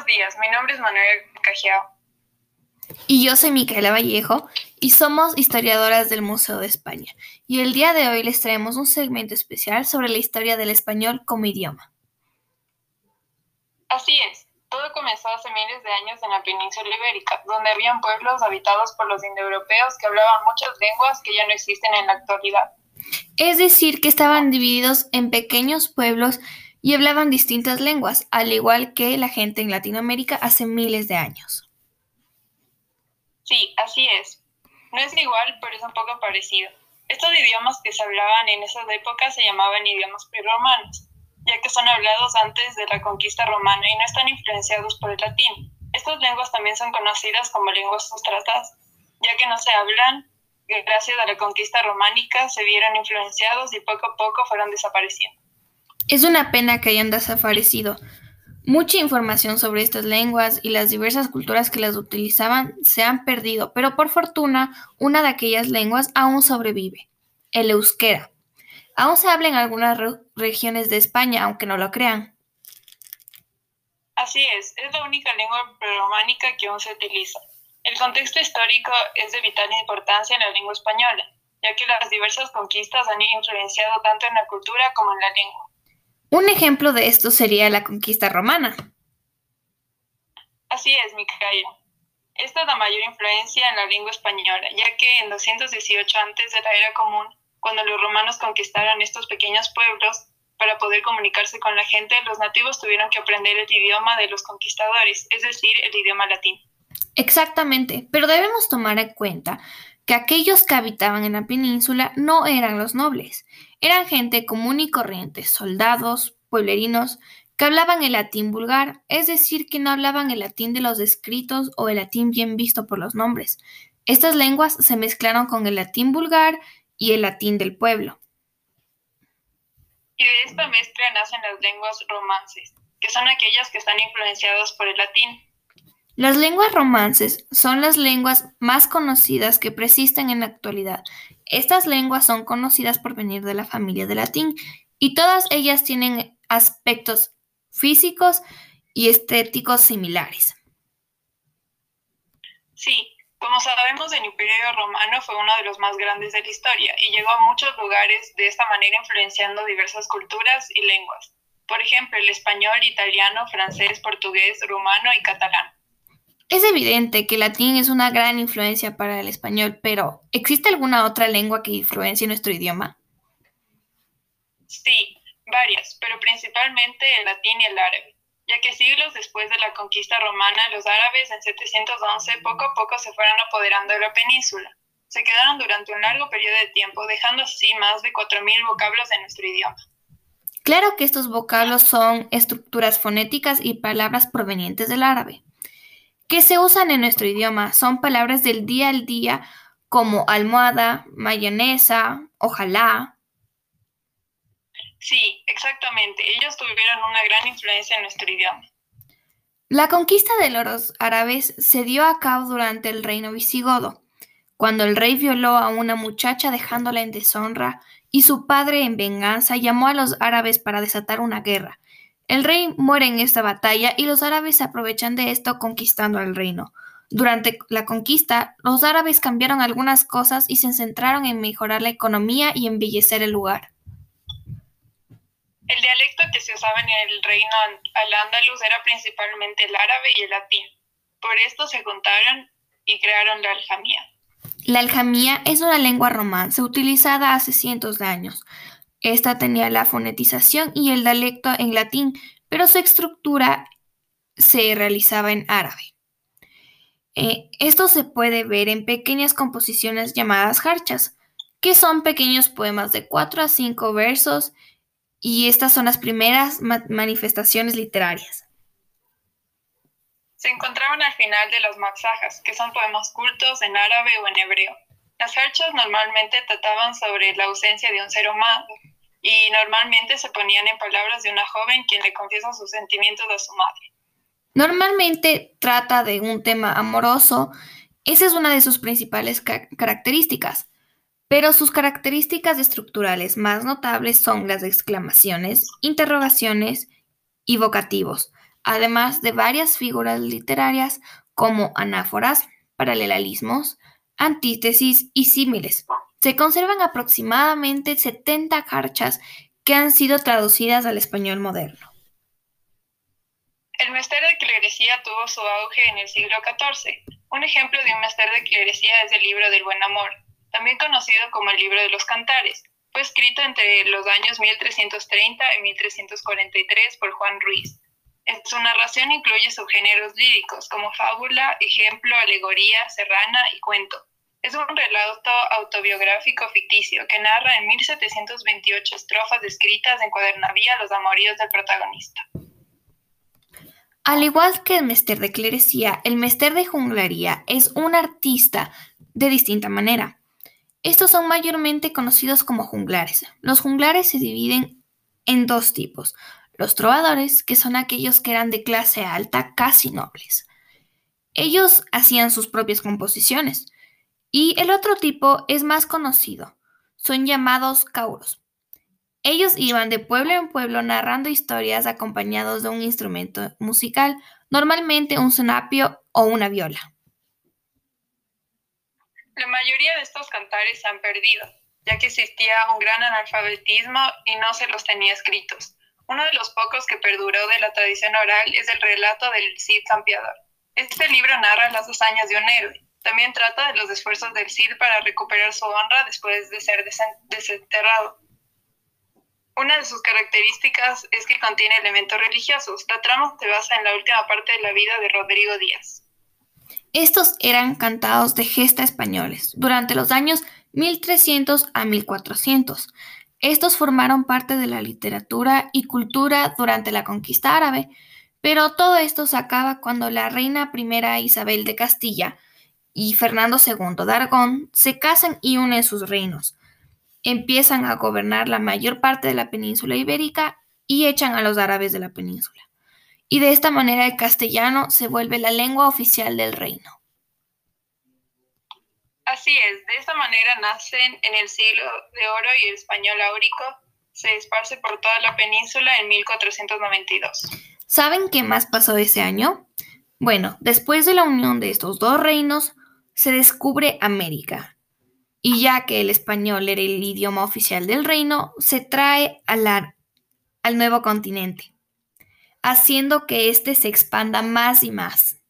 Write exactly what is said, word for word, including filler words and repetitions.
Buenos días, mi nombre es Manuel Cajiao. Y yo soy Micaela Vallejo y somos historiadoras del Museo de España. Y el día de hoy les traemos un segmento especial sobre la historia del español como idioma. Así es, todo comenzó hace miles de años en la península ibérica, donde habían pueblos habitados por los indoeuropeos que hablaban muchas lenguas que ya no existen en la actualidad. Es decir, que estaban divididos en pequeños pueblos y hablaban distintas lenguas, al igual que la gente en Latinoamérica hace miles de años. Sí, así es. No es igual, pero es un poco parecido. Estos idiomas que se hablaban en esas épocas se llamaban idiomas prerromanos, ya que son hablados antes de la conquista romana y no están influenciados por el latín. Estas lenguas también son conocidas como lenguas sustratas, ya que no se hablan, gracias a la conquista románica se vieron influenciados y poco a poco fueron desapareciendo. Es una pena que hayan desaparecido. Mucha información sobre estas lenguas y las diversas culturas que las utilizaban se han perdido, pero por fortuna, una de aquellas lenguas aún sobrevive, el euskera. Aún se habla en algunas re- regiones de España, aunque no lo crean. Así es, es la única lengua prerrománica que aún se utiliza. El contexto histórico es de vital importancia en la lengua española, ya que las diversas conquistas han influenciado tanto en la cultura como en la lengua. Un ejemplo de esto sería la conquista romana. Así es, Micaela. Esta es la mayor influencia en la lengua española, ya que en doscientos dieciocho antes de la era común, cuando los romanos conquistaron estos pequeños pueblos, para poder comunicarse con la gente, los nativos tuvieron que aprender el idioma de los conquistadores, es decir, el idioma latín. Exactamente, pero debemos tomar en cuenta que aquellos que habitaban en la península no eran los nobles, eran gente común y corriente, soldados, pueblerinos, que hablaban el latín vulgar, es decir, que no hablaban el latín de los escritos o el latín bien visto por los nombres. Estas lenguas se mezclaron con el latín vulgar y el latín del pueblo. Y de esta mezcla nacen las lenguas romances, que son aquellas que están influenciadas por el latín. Las lenguas romances son las lenguas más conocidas que persisten en la actualidad. Estas lenguas son conocidas por venir de la familia del latín y todas ellas tienen aspectos físicos y estéticos similares. Sí, como sabemos, el Imperio Romano fue uno de los más grandes de la historia y llegó a muchos lugares de esta manera influenciando diversas culturas y lenguas. Por ejemplo, el español, italiano, francés, portugués, rumano y catalán. Es evidente que el latín es una gran influencia para el español, pero ¿existe alguna otra lengua que influencie nuestro idioma? Sí, varias, pero principalmente el latín y el árabe, ya que siglos después de la conquista romana, los árabes en setecientos once poco a poco se fueron apoderando de la península. Se quedaron durante un largo periodo de tiempo, dejando así más de cuatro mil vocablos de nuestro idioma. Claro que estos vocablos son estructuras fonéticas y palabras provenientes del árabe, que se usan en nuestro idioma. Son palabras del día al día como almohada, mayonesa, ojalá. Sí, exactamente, ellos tuvieron una gran influencia en nuestro idioma. La conquista de los árabes se dio a cabo durante el reino visigodo, cuando el rey violó a una muchacha dejándola en deshonra y su padre en venganza llamó a los árabes para desatar una guerra. El rey muere en esta batalla y los árabes se aprovechan de esto conquistando el reino. Durante la conquista, los árabes cambiaron algunas cosas y se centraron en mejorar la economía y embellecer el lugar. El dialecto que se usaba en el reino al-Ándalus era principalmente el árabe y el latín. Por esto se juntaron y crearon la aljamía. La aljamía es una lengua romance utilizada hace cientos de años. Esta tenía la fonetización y el dialecto en latín, pero su estructura se realizaba en árabe. Eh, esto se puede ver en pequeñas composiciones llamadas jarchas, que son pequeños poemas de cuatro a cinco versos, y estas son las primeras ma- manifestaciones literarias. Se encontraban al final de las maxajas, que son poemas cultos en árabe o en hebreo. Las jarchas normalmente trataban sobre la ausencia de un ser humano y normalmente se ponían en palabras de una joven quien le confiesa sus sentimientos a su madre. Normalmente trata de un tema amoroso, esa es una de sus principales ca- características, pero sus características estructurales más notables son las exclamaciones, interrogaciones y vocativos. además de varias figuras literarias como anáforas, paralelismos, antítesis y símiles. Se conservan aproximadamente setenta carchas que han sido traducidas al español moderno. El mester de clerecía tuvo su auge en el siglo catorce. Un ejemplo de un mester de clerecía es el libro del Buen Amor, también conocido como el libro de los Cantares. Fue escrito entre los años mil trescientos treinta y mil trescientos cuarenta y tres por Juan Ruiz. En su narración incluye subgéneros líricos como fábula, ejemplo, alegoría, serrana y cuento. Es un relato autobiográfico ficticio que narra en mil setecientos veintiocho estrofas escritas en cuadernavía los amoríos del protagonista. Al igual que el mester de clerecía, el mester de juglaría es un artista de distinta manera. Estos son mayormente conocidos como juglares. Los juglares se dividen en dos tipos. Los trovadores, que son aquellos que eran de clase alta, casi nobles. Ellos hacían sus propias composiciones. Y el otro tipo es más conocido. Son llamados cauros. Ellos iban de pueblo en pueblo narrando historias acompañados de un instrumento musical, normalmente un sonapio o una viola. La mayoría de estos cantares se han perdido, ya que existía un gran analfabetismo y no se los tenía escritos. Uno de los pocos que perduró de la tradición oral es el relato del Cid Campeador. Este libro narra las hazañas de un héroe. También trata de los esfuerzos del Cid para recuperar su honra después de ser desenterrado. Una de sus características es que contiene elementos religiosos. La trama se basa en la última parte de la vida de Rodrigo Díaz. Estos eran cantados de gesta españoles durante los años mil trescientos a mil cuatrocientos. Estos formaron parte de la literatura y cultura durante la conquista árabe, pero todo esto se acaba cuando la reina primera Isabel de Castilla y Fernando segundo de Aragón se casan y unen sus reinos. Empiezan a gobernar la mayor parte de la península ibérica y echan a los árabes de la península. Y de esta manera el castellano se vuelve la lengua oficial del reino. Así es, de esta manera nacen en el siglo de oro y el español áurico se esparce por toda la península en mil cuatrocientos noventa y dos. ¿Saben qué más pasó ese año? Bueno, después de la unión de estos dos reinos, se descubre América. Y ya que el español era el idioma oficial del reino, se trae a la, al nuevo continente, haciendo que éste se expanda más y más.